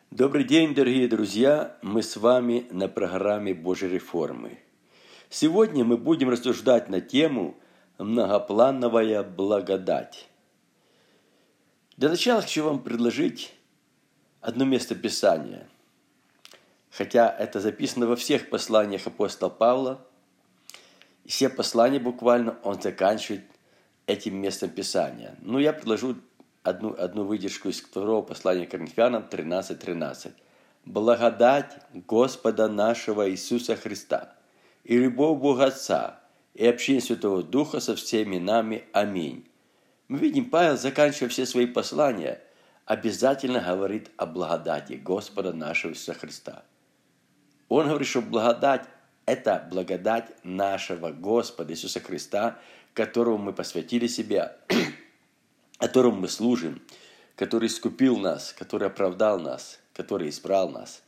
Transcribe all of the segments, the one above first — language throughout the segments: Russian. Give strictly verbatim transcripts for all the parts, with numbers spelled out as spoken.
Добрый день, дорогие друзья! Мы с вами на программе Божьей реформы. Сегодня мы будем рассуждать на тему «Многоплановая благодать». Для начала хочу вам предложить одно место Писания. Хотя это записано во всех посланиях апостола Павла, и все послания буквально он заканчивает этим местом Писания. Но я предложу одну, одну выдержку из второго послания Коринфянам тринадцать тринадцать. «Благодать Господа нашего Иисуса Христа и любовь Бога Отца и общение Святого Духа со всеми нами. Аминь». Мы видим, Павел, заканчивая все свои послания, обязательно говорит о благодати Господа нашего Иисуса Христа. Он говорит, что благодать – это благодать нашего Господа Иисуса Христа, которому мы посвятили себя, которому мы служим, который искупил нас, который оправдал нас, который избрал нас.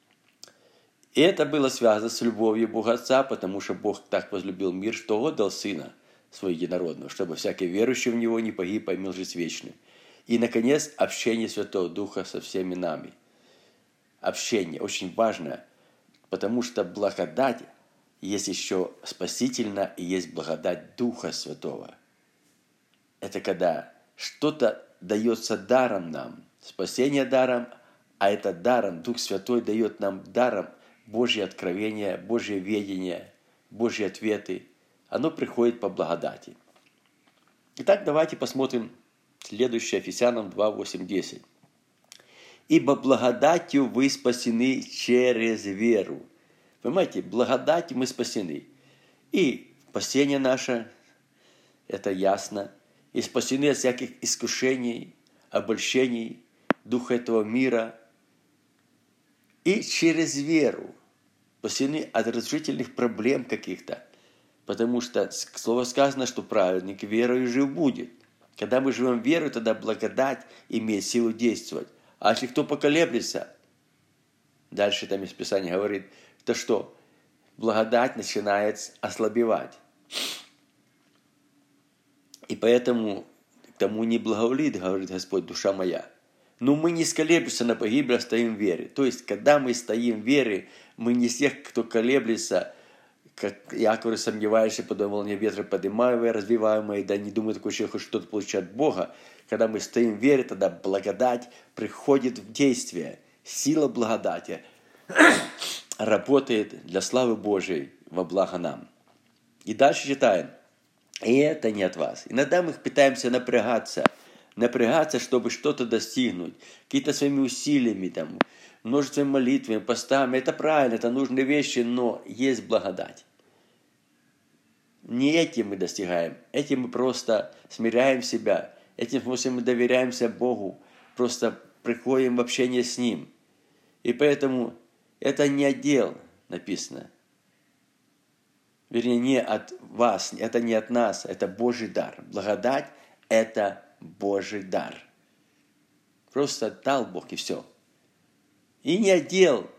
И это было связано с любовью Бога Отца, потому что Бог так возлюбил мир, что отдал Сына Своего Единородного, чтобы всякий верующий в Него не погиб, а имел жизнь вечную. И, наконец, общение Святого Духа со всеми нами. Общение очень важно, потому что благодать есть еще спасительна, и есть благодать Духа Святого. Это когда что-то дается даром нам, спасение даром, а это даром, Дух Святой дает нам даром Божье откровение, Божье ведение, Божьи ответы. Оно приходит по благодати. Итак, давайте посмотрим следующее, Ефесянам два, восемь, десять. «Ибо благодатью вы спасены через веру». Понимаете, благодатью мы спасены. И спасение наше, это ясно, и спасены от всяких искушений, обольщений, духа этого мира. И через веру спасены от разрушительных проблем каких-то. Потому что слово сказано, что праведник верою жив будет. Когда мы живем верой, тогда благодать имеет силу действовать. А если кто поколеблется, дальше там из Писания говорит, то что? Благодать начинает ослабевать. И поэтому к тому не благоволит, говорит Господь, душа моя. Но мы не сколеблемся на погибель, а стоим в вере. То есть, когда мы стоим в вере, мы не тех, кто колеблется, как якорь сомневаешься, под волне ветра поднимаемые, развиваемые, да не думай такой человек, что-то получать от Бога. Когда мы стоим в вере, тогда благодать приходит в действие. Сила благодати работает для славы Божией во благо нам. И дальше читаем. И это не от вас. Иногда мы пытаемся напрягаться, напрягаться, чтобы что-то достигнуть, какие-то своими усилиями, там, множеством молитвами, постами. Это правильно, это нужные вещи, но есть благодать. Не этим мы достигаем, этим мы просто смиряем себя, этим способом мы доверяемся Богу, просто приходим в общение с Ним. И поэтому это не отдел написано. Вернее, не от вас, это не от нас, это Божий дар. Благодать – это Божий дар. Просто дал Бог, и все. И не отдел,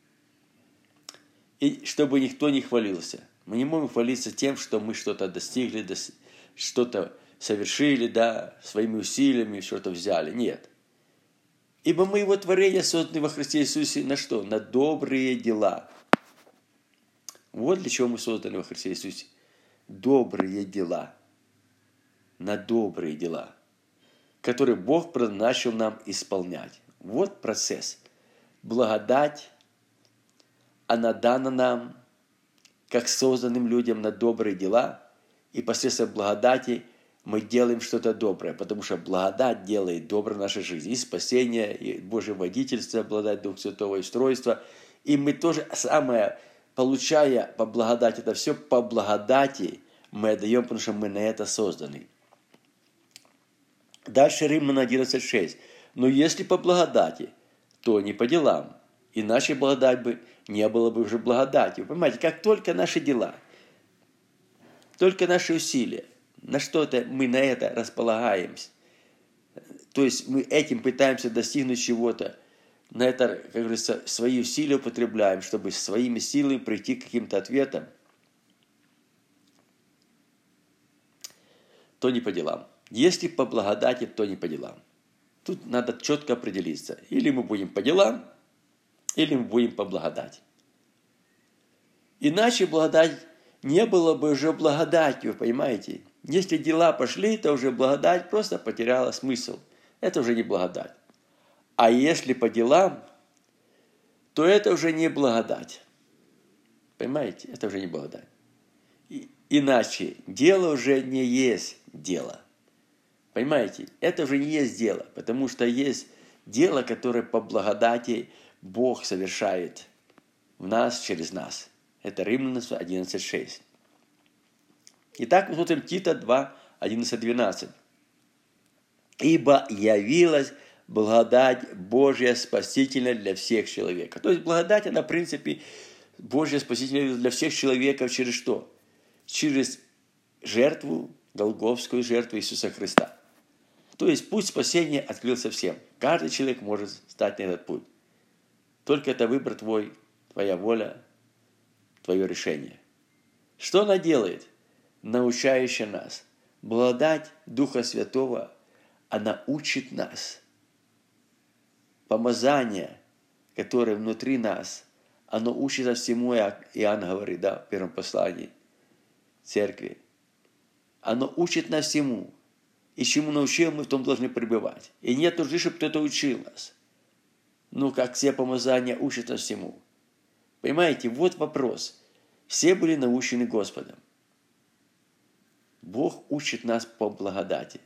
и чтобы никто не хвалился. Мы не можем хвалиться тем, что мы что-то достигли, что-то совершили, да, своими усилиями что-то взяли. Нет. Ибо мы Его творение, созданы во Христе Иисусе на что? На добрые дела. Вот для чего мы созданы во Христе Иисусе. Добрые дела. На добрые дела, которые Бог предназначил нам исполнять. Вот процесс. Благодать, она дана нам, как созданным людям, на добрые дела. И посредством благодати мы делаем что-то доброе, потому что благодать делает добро в нашей жизни. И спасение, и Божье водительство, благодать Духа Святого и устройство. И мы тоже самое, получая по благодати, это все по благодати мы отдаем, потому что мы на это созданы. Дальше Римлянам одиннадцать шесть. Но если по благодати, то не по делам. Иначе благодать бы не было бы уже благодати. Вы понимаете, как только наши дела, только наши усилия, на что-то мы на это располагаемся. То есть мы этим пытаемся достигнуть чего-то. На это, как говорится, свои усилия употребляем, чтобы своими силами прийти к каким-то ответам. То не по делам. Если по благодати, то не по делам. Тут надо четко определиться. Или мы будем по делам, или мы будем по благодати. Иначе благодать не было бы уже благодатью, понимаете? Если дела пошли, то уже благодать просто потеряла смысл. Это уже не благодать. А если по делам, то это уже не благодать. Понимаете? Это уже не благодать. И, иначе дело уже не есть дело. Понимаете? Это уже не есть дело, потому что есть дело, которое по благодати Бог совершает в нас, через нас. Это Римлянам одиннадцать шесть. Итак, мы смотрим Тита два, одиннадцать двенадцать. «Ибо явилась благодать Божья спасительная для всех человеков». То есть благодать, она в принципе Божья спасительная для всех человеков через что? Через жертву, голгофскую жертву Иисуса Христа. То есть путь спасения открылся всем. Каждый человек может стать на этот путь. Только это выбор твой, твоя воля, твое решение. Что она делает? Научающая нас. Благодать Духа Святого, она учит нас. Помазание, которое внутри нас, оно учит нас всему, Иоанн говорит, да, в первом послании церкви. Оно учит нас всему. И чему научил, мы в том должны пребывать. И нет нужды, чтобы кто-то учил нас. Ну, как все помазания учат нас всему. Понимаете, вот вопрос. Все были научены Господом. Бог учит нас по благодати.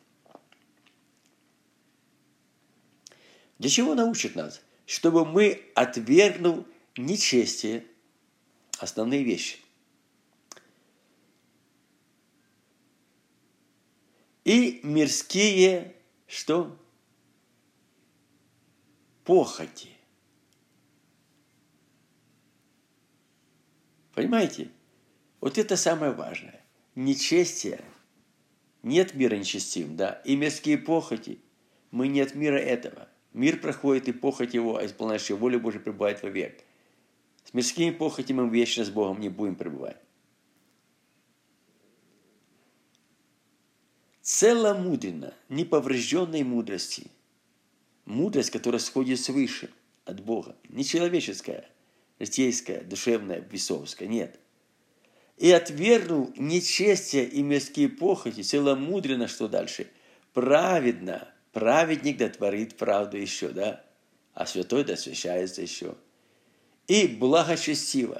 Для чего Он учит нас? Чтобы мы, отвергнув нечестие, основные вещи, и мирские, что? Похоти. Понимаете? Вот это самое важное. Нечестие. Нет мира нечестивым, да. И мирские похоти. Мы не от мира этого. Мир проходит, и похоть его, а исполняющая волю Божию пребывает вовек. С мирскими похотями мы вечно с Богом не будем пребывать. Целомудренно, неповрежденной мудрости. Мудрость, которая сходит свыше, от Бога. Не человеческая, житейская, душевная, бесовская. Нет. И отвергнул нечестие и мирские похоти, целомудренно, что дальше? Праведно. Праведник да творит правду еще, да? А святой да освящается еще. И благочестиво.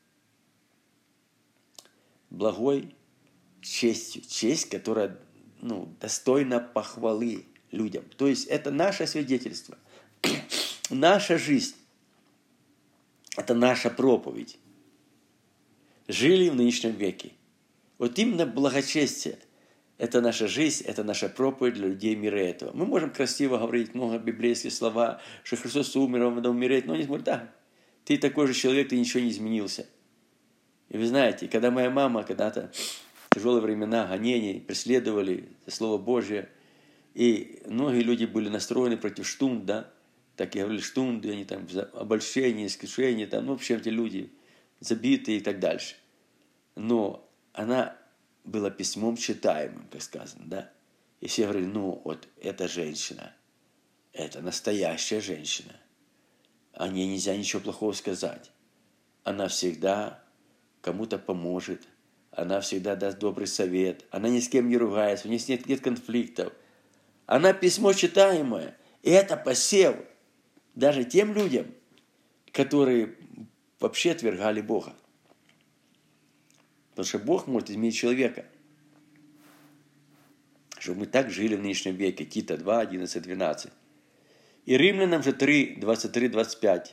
Благой честью. Честь, которая ну, достойна похвалы людям. То есть это наше свидетельство. Наша жизнь. Это наша проповедь. Жили в нынешнем веке. Вот именно благочестие. Это наша жизнь, это наша проповедь для людей мира этого. Мы можем красиво говорить много библейских слова, что Христос умер, он надо умереть, но они говорят, да, ты такой же человек, ты ничего не изменился. И вы знаете, когда моя мама когда-то в тяжелые времена гонений преследовали за Слово Божие, и многие люди были настроены против штунд, да, так и говорили штунды, они там обольщение, искушение, там, ну, в общем, эти люди забитые и так дальше. Но она была письмом читаемым, как сказано, да? И все говорили, ну, вот эта женщина, это настоящая женщина. О ней нельзя ничего плохого сказать. Она всегда кому-то поможет, она всегда даст добрый совет, она ни с кем не ругается, у нее нет, нет конфликтов. Она письмо читаемое, и это посев даже тем людям, которые вообще отвергали Бога. Потому что Бог может изменить человека. Чтобы мы так жили в нынешнем веке. Тита два, одиннадцать, двенадцать. И Римлянам же три, двадцать три, двадцать пять.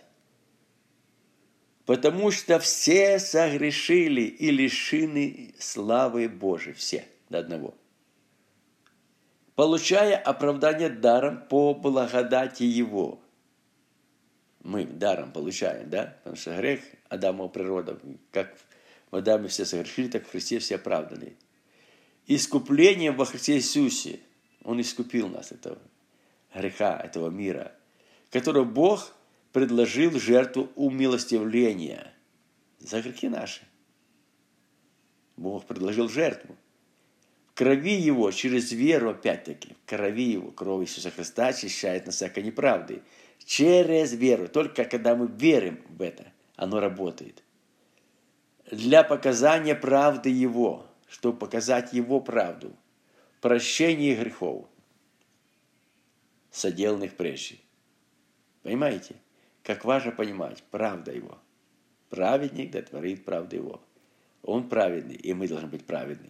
Потому что все согрешили и лишены славы Божией. Все до одного. Получая оправдание даром по благодати Его. Мы даром получаем, да? Потому что грех Адамова природа, как в Адаме все согрешили, так в Христе все оправданы. Искуплением во Христе Иисусе Он искупил нас этого греха, этого мира, которого Бог предложил жертву умилостивления за грехи наши. Бог предложил жертву. крови Его, через веру, опять-таки, в крови Его, кровь Иисуса Христа очищает нас всякой неправды. Через веру. Только когда мы верим в это, оно работает. Для показания правды Его, чтобы показать Его правду, прощение грехов, соделанных прежде. Понимаете? Как важно понимать, правда Его. Праведник да творит правду Его. Он праведный, и мы должны быть праведны.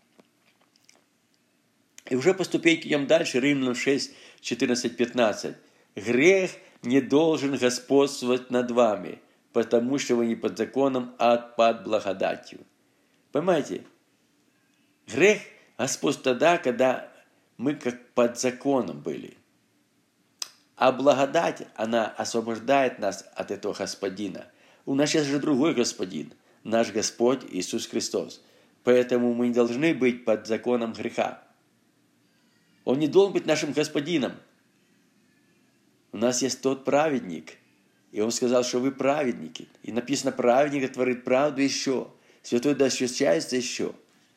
И уже по ступеньке идем дальше, Римлянам шесть, четырнадцать, пятнадцать. Грех не должен господствовать над вами, потому что вы не под законом, а под благодатью. Понимаете? Грех господствует тогда, когда мы как под законом были. А благодать, она освобождает нас от этого господина. У нас сейчас же другой господин, наш Господь Иисус Христос. Поэтому мы не должны быть под законом греха. Он не должен быть нашим господином. У нас есть тот праведник. И он сказал, что вы праведники. И написано, праведник творит правду еще. Святой да освящается еще.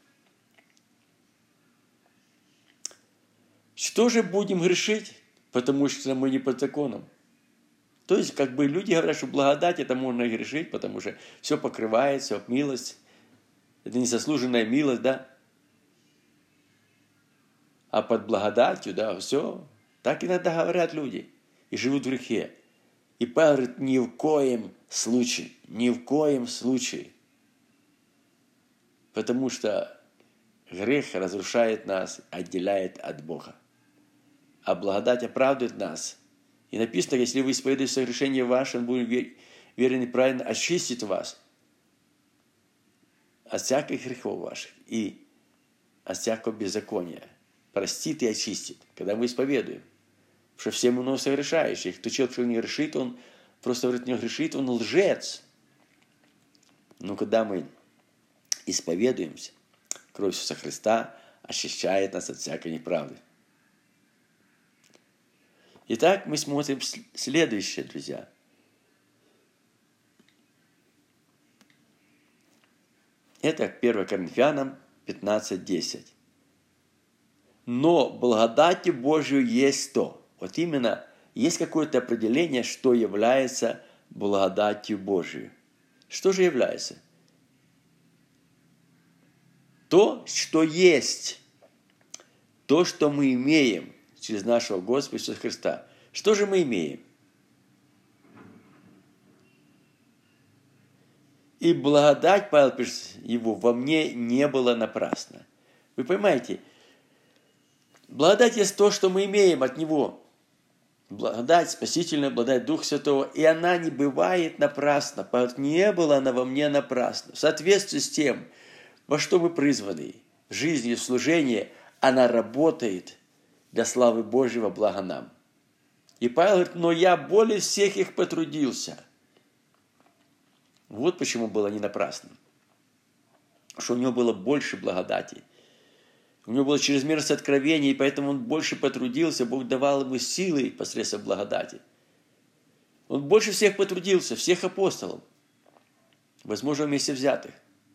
Что же будем грешить? Потому что мы не под законом. То есть, как бы люди говорят, что благодать это можно и грешить, потому что все покрывается, милость. Это незаслуженная милость, да? А под благодатью, да, все. Так иногда говорят люди. И живут в грехе. И Павел говорит, ни в коем случае, ни в коем случае. Потому что грех разрушает нас, отделяет от Бога. А благодать оправдывает нас. И написано, если вы исповедуете согрешение ваше, он будет верен и правильно очистит вас от всяких грехов ваших и от всякого беззакония. Простит и очистит, когда мы исповедуем. Потому что все мы много согрешающие. Кто человек не грешит, он просто говорит, не грешит, он лжец. Но когда мы исповедуемся, кровь Иисуса Христа очищает нас от всякой неправды. Итак, мы смотрим следующее, друзья. Это первое Коринфянам пятнадцать десять. Но благодатью Божию есть то. Вот именно есть какое-то определение, что является благодатью Божию. Что же является? То, что есть. То, что мы имеем через нашего Господа Иисуса Христа. Что же мы имеем? И благодать, Павел пишет, его во мне не было напрасно. Вы понимаете, благодать есть то, что мы имеем от Него. Благодать, спасительная благодать Духа Святого, и она не бывает напрасно. Павел, не была она во мне напрасно. В соответствии с тем, во что мы призваны, в жизни, в служении, она работает для славы Божьего, блага нам. И Павел говорит, но я более всех их потрудился. Вот почему было не напрасно. Что у него было больше благодати. У него было чрезмерность откровения, и поэтому он больше потрудился. Бог давал ему силы посредством благодати. Он больше всех потрудился, всех апостолов. Возможно, вместе взятых.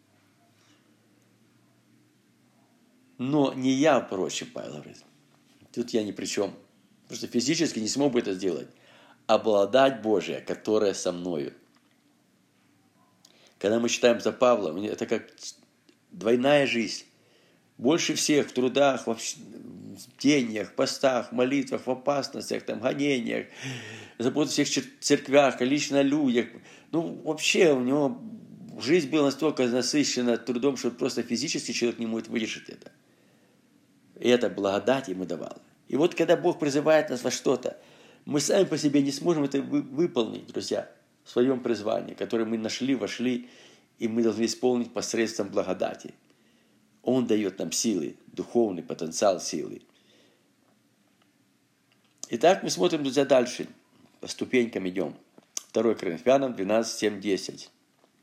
Но не я, проще, Павел говорит. Тут я ни при чем. Потому что физически не смог бы это сделать. А благодать Божия, которая со мною. Когда мы читаем за Павла, это как двойная жизнь. Больше всех в трудах, в бдениях, постах, молитвах, в опасностях, там, гонениях, заботе о всех церквях, лично о людях. Ну, вообще у него жизнь была настолько насыщена трудом, что просто физически человек не может выдержать это. И это благодать ему давала. И вот когда Бог призывает нас во что-то, мы сами по себе не сможем это выполнить, друзья, в своем призвании, которое мы нашли, вошли, и мы должны исполнить посредством благодати. Он дает нам силы, духовный потенциал силы. Итак, мы смотрим, друзья, дальше. По ступенькам идем. второе Коринфянам двенадцать, семь, десять.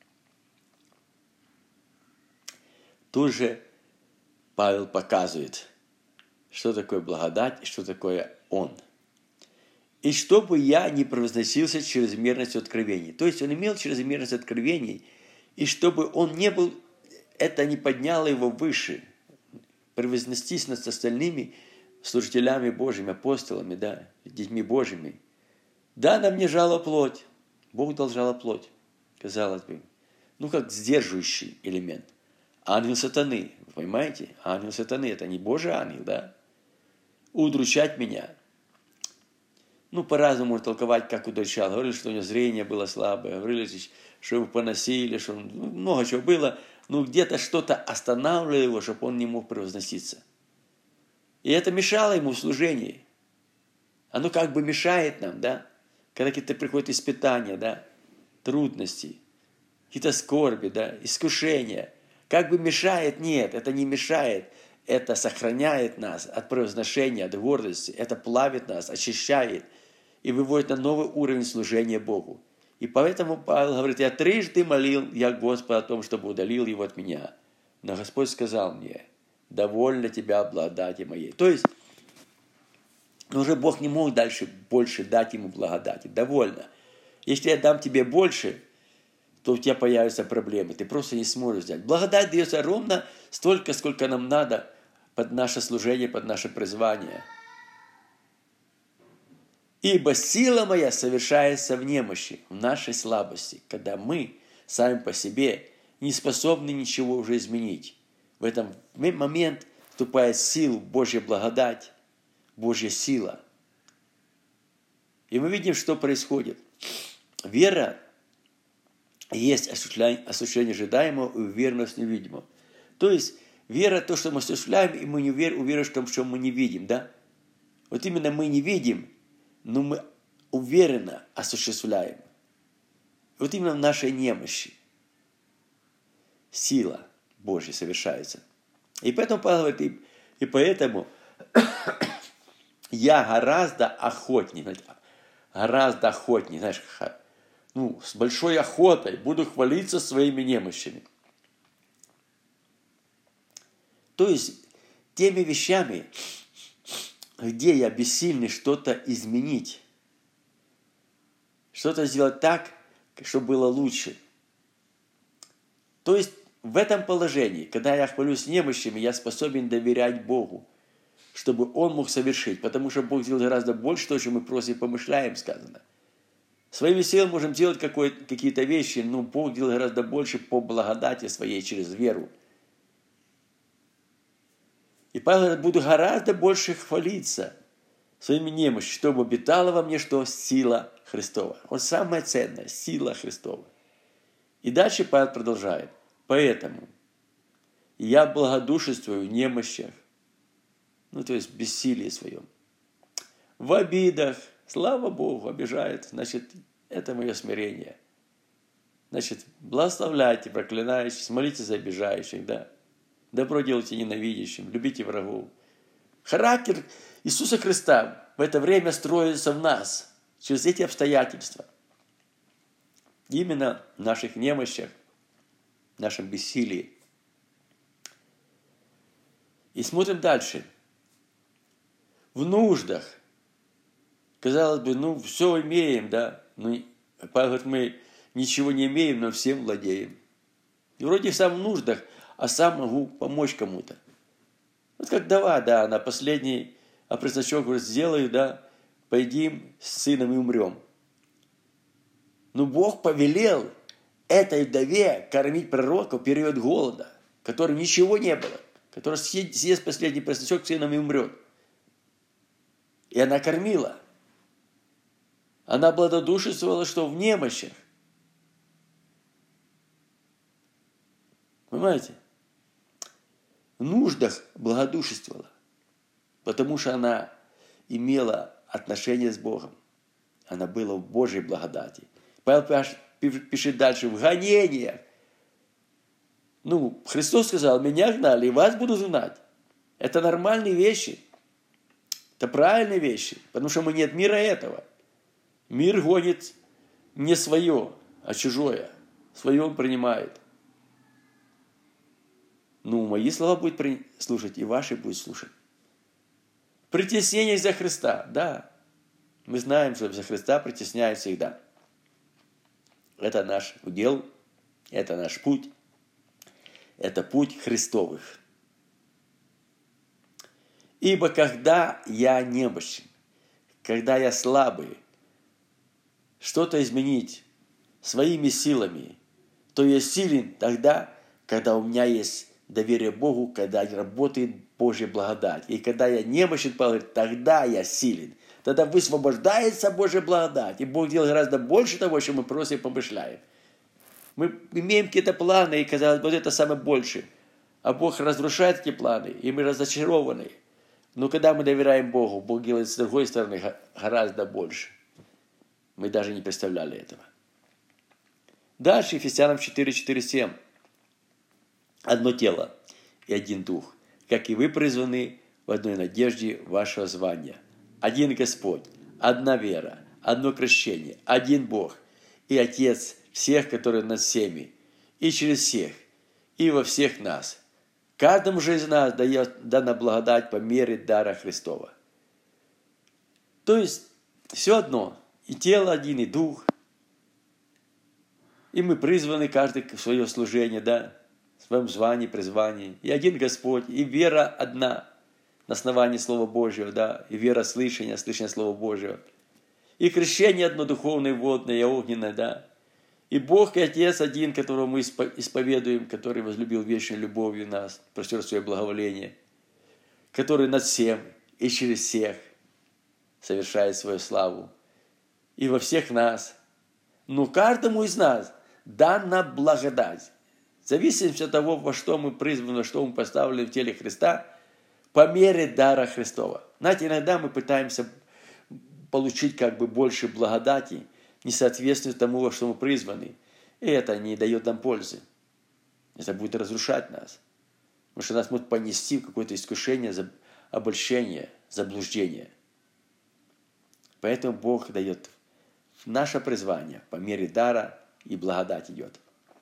Тут же Павел показывает, что такое благодать и что такое Он. И чтобы я не превозносился чрезмерностью откровений. То есть он имел чрезмерность откровений, и чтобы он не был, это не подняло его выше. превознестись над остальными служителями Божьими, апостолами, да, детьми Божьими. Да, на мне жала плоть. Бог дал жало плоть, казалось бы. Ну, как сдерживающий элемент. Ангел сатаны, вы понимаете? Ангел сатаны, это не Божий ангел, да? Удручать меня. Ну, по-разному можно толковать, как удручал. Говорили, что у него зрение было слабое. Говорили, что его поносили, что он, ну, много чего было. Ну, где-то что-то останавливало его, чтобы он не мог превозноситься. И это мешало ему в служении. Оно как бы мешает нам, да? Когда какие-то приходят испытания, да? Трудности, какие-то скорби, да? Искушения. Как бы мешает? Нет, это не мешает. Это сохраняет нас от превозношения, от гордости. Это плавит нас, очищает и выводит на новый уровень служения Богу. И поэтому Павел говорит, я трижды молил я Господа о том, чтобы удалил его от меня. Но Господь сказал мне, довольно тебя благодати моей. То есть, уже Бог не мог дальше больше дать ему благодати. Довольно. Если я дам тебе больше, то у тебя появятся проблемы. Ты просто не сможешь взять. Благодать дается ровно столько, сколько нам надо под наше служение, под наше призвание. Ибо сила моя совершается в немощи, в нашей слабости, когда мы сами по себе не способны ничего уже изменить. В этом момент вступает в силу Божья благодать, Божья сила. И мы видим, что происходит. Вера есть осуществление ожидаемого и уверенность невидимого. То есть, вера то, что мы осуществляем, и мы не уверены в том, что мы не видим, да? Вот именно мы не видим, но мы уверенно осуществляем. Вот именно в нашей немощи сила Божья совершается. И поэтому Павел говорит, и, и поэтому я гораздо охотнее, знаете, гораздо охотнее, знаешь, ну, с большой охотой буду хвалиться своими немощами. То есть, теми вещами, где я бессильный что-то изменить, что-то сделать так, чтобы было лучше. То есть, в этом положении, когда я хвалюсь немощами, я способен доверять Богу, чтобы Он мог совершить, потому что Бог делает гораздо больше того, чем мы просто и помышляем, сказано. Своими силами можем делать какие-то вещи, но Бог делает гораздо больше по благодати своей через веру. И Павел говорит, буду гораздо больше хвалиться своими немощами, чтобы обитала во мне что? Сила Христова. Вот самое ценное, сила Христова. И дальше Павел продолжает. Поэтому я благодушествую в немощах, ну то есть в бессилии своем, в обидах, слава Богу, обижает, значит, это мое смирение. Значит, благословляйте проклинающих, молитесь за обижающих, да. Добро делайте ненавидящим, любите врагов. Характер Иисуса Христа в это время строится в нас через эти обстоятельства. Именно в наших немощах, в нашем бессилии. И смотрим дальше. В нуждах. Казалось бы, ну, все имеем, да. Ну, Павел говорит, мы ничего не имеем, но всем владеем. И вроде сам в нуждах, а сам могу помочь кому-то. Вот как Дава, да, на последний опресночок говорит, сделаю, да, пойдем с сыном и умрем. Но Бог повелел этой вдове кормить пророка в период голода, который ничего не было, который съест последний опресночок с сыном и умрет. И она кормила. Она благодушествовала, что в немощах. Понимаете? В нуждах благодушествовала, потому что она имела отношение с Богом. Она была в Божьей благодати. Павел пишет дальше, в гонениях. Ну, Христос сказал, меня гнали, и вас будут гнать. Это нормальные вещи. Это правильные вещи, потому что мы не от мира этого. Мир гонит не свое, а чужое. Свое он принимает. Ну, мои слова будет слушать, и ваши будет слушать. Притеснение за Христа, да. Мы знаем, что за Христа притесняют всегда. Это наш удел, это наш путь. Это путь Христовых. Ибо когда я немощен, когда я слабый, что-то изменить своими силами, то я силен тогда, когда у меня есть доверие Богу, когда работает Божья благодать. И когда я немощен, тогда я силен. Тогда высвобождается Божья благодать. И Бог делает гораздо больше того, чем мы просим и помышляем. Мы имеем какие-то планы, и, казалось бы, вот это самое большее. А Бог разрушает эти планы, и мы разочарованы. Но когда мы доверяем Богу, Бог делает с другой стороны гораздо больше. Мы даже не представляли этого. Дальше Ефесянам четыре, четыре, семь. Одно тело и один дух, как и вы призваны в одной надежде вашего звания. Один Господь, одна вера, одно крещение, один Бог и Отец всех, которые над всеми, и через всех, и во всех нас. Каждому же из нас дает, дана благодать по мере дара Христова. То есть, все одно, и тело один, и дух, и мы призваны каждый в свое служение, да, в своем звании, призвании. И один Господь, и вера одна на основании Слова Божьего, да, и вера слышания, слышания Слова Божьего. И крещение одно духовное, водное и огненное, да. И Бог и Отец один, которого мы исповедуем, который возлюбил вечной любовью нас, простер свое благоволение, который над всем и через всех совершает свою славу. И во всех нас, но каждому из нас дана благодать. В зависимости от того, во что мы призваны, что мы поставили в теле Христа, по мере дара Христова. Знаете, иногда мы пытаемся получить как бы больше благодати, не соответствует тому, во что мы призваны. И это не дает нам пользы. Это будет разрушать нас. Потому что нас может понести в какое-то искушение, обольщение, заблуждение. Поэтому Бог дает наше призвание по мере дара, и благодать идет.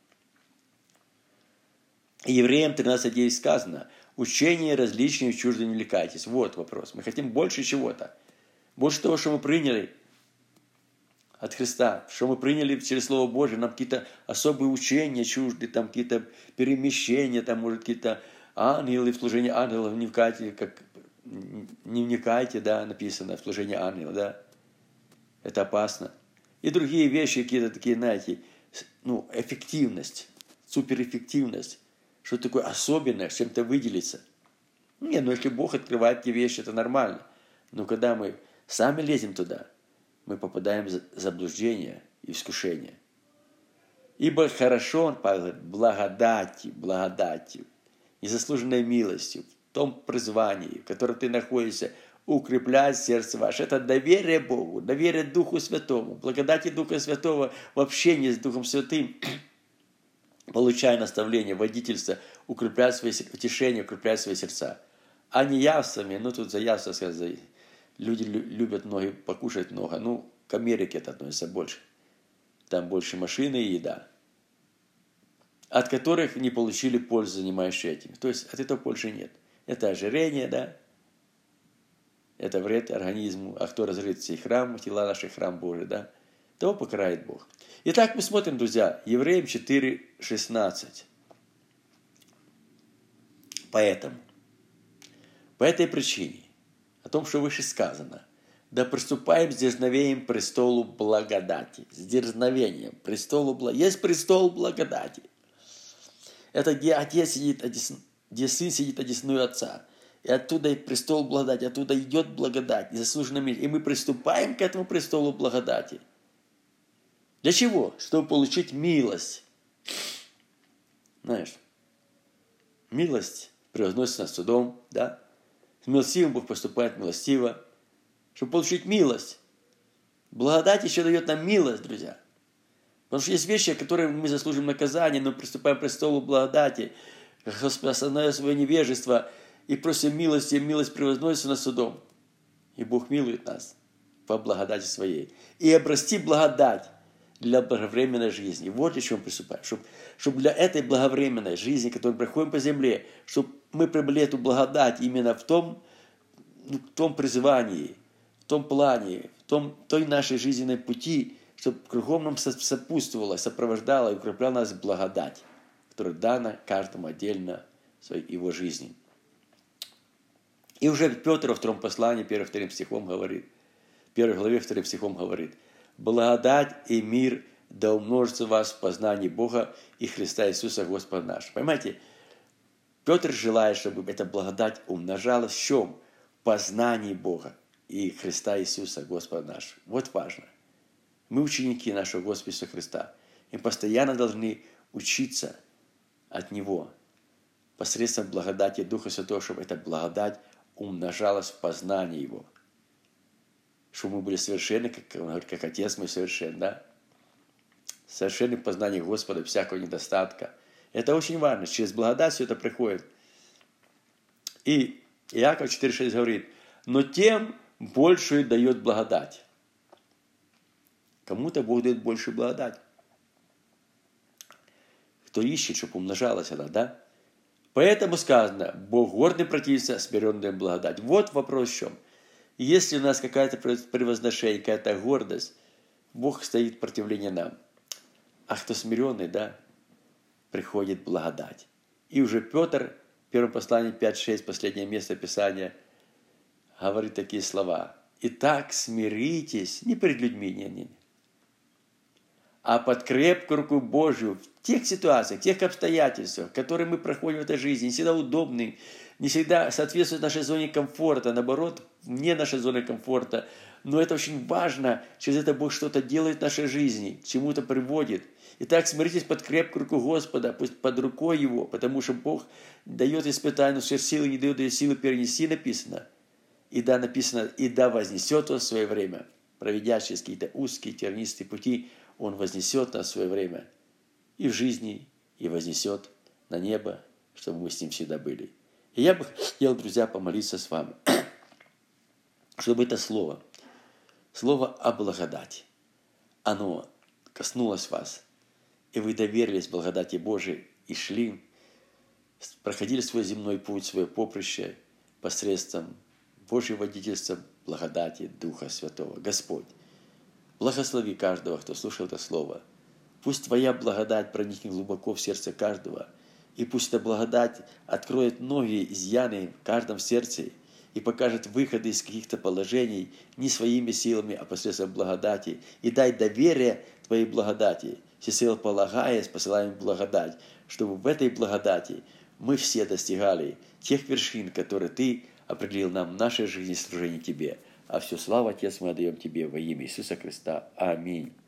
И Евреям тринадцать девять сказано: учение различные в чуждо не лекайтесь. Вот вопрос. Мы хотим больше чего-то. Больше того, что мы приняли от Христа, что мы приняли через Слово Божие, нам какие-то особые учения чужды, там какие-то перемещения, там, может, какие-то ангелы, в служение ангелов не вникайте, как не вникайте, да, написано, в служение ангелов, да. Это опасно. И другие вещи, какие-то такие, знаете, ну, эффективность, суперэффективность, что такое особенное, с чем-то выделиться. Не, ну если Бог открывает эти вещи, это нормально. Но когда мы сами лезем туда, мы попадаем в заблуждение и искушение. Ибо хорошо, он Павел говорит, благодатью, благодатью, незаслуженной милостью, в том призвании, в котором ты находишься, укрепляет сердце ваше. Это доверие Богу, доверие Духу Святому, благодати Духа Святого в общении с Духом Святым, получая наставление, водительство, укреплять свои утешения, укреплять свои сердца. А не явствами, ну тут за явство сказать, люди любят ноги покушать много, ну к Америке это относится больше. Там больше машины и еда, от которых не получили пользу, занимающие этим. То есть от этого пользы нет. Это ожирение, да, это вред организму. А кто разрыт сей храм, тела наши храм Божий, да, того покарает Бог. Итак, мы смотрим, друзья, Евреям четыре шестнадцать. Поэтому, по этой причине, о том, что выше сказано, да приступаем с дерзновением к престолу благодати. С дерзновением престолу благодати. Есть престол благодати. Это где Отец сидит, где Сын сидит одесную Отца. И оттуда и престол благодати, оттуда идет благодать, незаслуженная милость. И мы приступаем к этому престолу благодати. Для чего? Чтобы получить милость. Знаешь, милость превозносится над судом, да? С милостивым Бог поступает милостиво. Чтобы получить милость. Благодать еще дает нам милость, друзья. Потому что есть вещи, которые мы заслужим наказание, но приступаем к престолу благодати, осозная свое невежество, и просим милости, и милость превозносится над судом. И Бог милует нас по благодати своей. И обрасти благодать для благовременной жизни. Вот для чего мы приступаем. Чтобы, чтобы для этой благовременной жизни, которую мы проходим по земле, чтобы мы приобрели эту благодать именно в том, в том призвании, в том плане, в том, той нашей жизненной пути, чтобы кругом нам сопутствовала, сопровождала и укрепляла нас благодать, которая дана каждому отдельно в своей его жизни. И уже Петр во втором послании, первым-вторым стихом говорит, в первой главе вторым стихом говорит: «Благодать и мир да умножится в вас в познании Бога и Христа Иисуса Господа нашего». Понимаете, Петр желает, чтобы эта благодать умножалась в чем? В познании Бога и Христа Иисуса Господа нашего. Вот важно. Мы ученики нашего Господа Иисуса Христа. И постоянно должны учиться от Него посредством благодати Духа Святого, чтобы эта благодать умножалась в познании Его. Чтобы мы были совершенны, как, говорит, как Отец мой совершен, да? Совершенны в познании Господа, всякого недостатка. Это очень важно. Через благодать все это приходит. И Иаков четыре шесть говорит: «Но тем большую дает благодать». Кому-то Бог дает большую благодать. Кто ищет, чтобы умножалась она, да? Поэтому сказано: Бог гордым противится, смиренным благодать. Вот вопрос в чем. Если у нас какая-то превозношение, какая-то гордость, Бог стоит в противлении нам. А кто смиренный, да, приходит благодать. И уже Петр в первом послании пять шесть, последнее место Писания, говорит такие слова: «Итак, смиритесь не перед людьми, не, не, а под крепкую руку Божию в тех ситуациях, в тех обстоятельствах, которые мы проходим в этой жизни, не всегда удобны, не всегда соответствуют нашей зоне комфорта, наоборот, вне нашей зоны комфорта. Но это очень важно, через это Бог что-то делает в нашей жизни, к чему-то приводит. Итак, смиритесь под крепкую руку Господа, пусть под рукой Его, потому что Бог дает испытание, но все силы не дает, дает силы перенести, написано. И да, написано, и да вознесет Он в свое время, проведя через какие-то узкие, тернистые пути, Он вознесет нас в свое время и в жизни, и вознесет на небо, чтобы мы с Ним всегда были. И я бы хотел, друзья, помолиться с вами, чтобы это слово, слово о благодати, оно коснулось вас, и вы доверились благодати Божией и шли, проходили свой земной путь, свое поприще посредством Божьего водительства, благодати Духа Святого. Господь, благослови каждого, кто слушал это слово. Пусть Твоя благодать проникнет глубоко в сердце каждого, и пусть эта благодать откроет многие изъяны в каждом сердце и покажет выходы из каких-то положений не своими силами, а посредством благодати. И дай доверие Твоей благодати, всесило полагаясь, посылаем благодать, чтобы в этой благодати мы все достигали тех вершин, которые Ты определил нам в нашей жизни, служении Тебе. А всю славу, Отец, мы отдаем Тебе во имя Иисуса Христа. Аминь.